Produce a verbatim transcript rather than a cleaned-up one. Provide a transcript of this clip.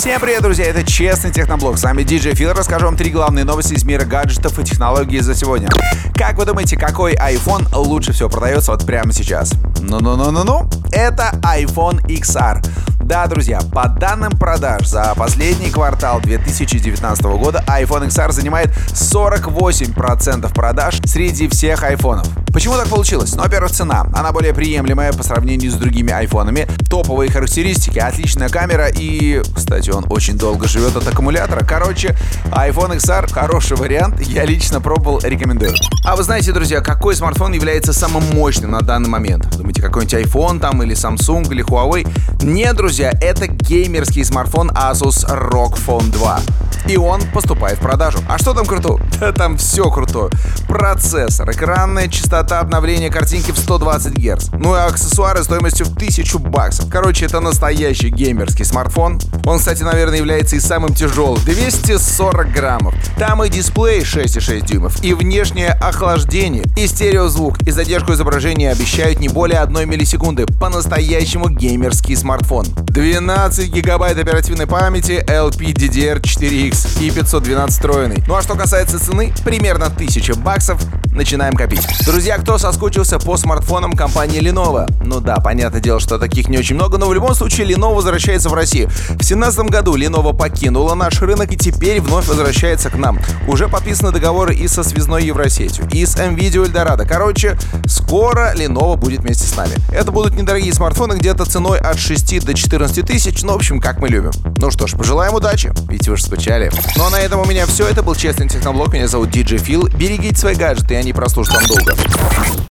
Всем привет, друзья, это Честный Техноблог. С вами диджей Фил. Расскажу вам три главные новости из мира гаджетов и технологий за сегодня. Как вы думаете, какой iPhone лучше всего продается вот прямо сейчас? Ну-ну-ну-ну-ну, это iPhone икс ар. Да, друзья, по данным продаж за последний квартал две тысячи девятнадцатого года iPhone икс ар занимает сорок восемь процентов продаж среди всех айфонов. Почему так получилось? Ну, во-первых, цена. Она более приемлемая по сравнению с другими айфонами. Топовые характеристики, отличная камера и, кстати, он очень долго живет от аккумулятора. Короче, iPhone икс ар хороший вариант. Я лично пробовал, рекомендую. А вы знаете, друзья, какой смартфон является самым мощным на данный момент? Думаете, какой-нибудь iPhone там или Samsung или Huawei? Нет, друзья, это геймерский смартфон Asus рог фон два. И он поступает в продажу. А что там крутого? Да там все крутое. Процессор, экранная частота обновления картинки в сто двадцать герц. Ну и аксессуары стоимостью в тысячу баксов. Короче, это настоящий геймерский смартфон. Он, кстати, наверное, является и самым тяжелым. двести сорок граммов. Там и дисплей шесть и шесть дюймов, и внешнее охлаждение, и стереозвук, и задержку изображения обещают не более одной миллисекунды. По-настоящему геймерский смартфон. двенадцать гигабайт оперативной памяти, эл пи ди ди ар четыре икс и пятьсот двенадцать встроенный. Ну а что касается цены, примерно тысяча баксов. Начинаем копить. Друзья, кто соскучился по смартфонам компании Lenovo? Ну да, понятное дело, что таких не очень много, но в любом случае Lenovo возвращается в Россию. В две тысячи семнадцатом году Lenovo покинула наш рынок и теперь вновь возвращается к нам. Уже подписаны договоры и со связной Евросетью, и с NVIDIA Eldorado. Короче, скоро Lenovo будет вместе с нами. Это будут недорогие смартфоны, где-то ценой от шести до четырнадцати тысяч, ну, в общем, как мы любим. Ну что ж, пожелаем удачи, ведь вы же скучали. Ну а на этом у меня все. Это был Честный Техноблог. Меня зовут диджей Фил. Берегите свои гаджеты, и они прослужат вам долго.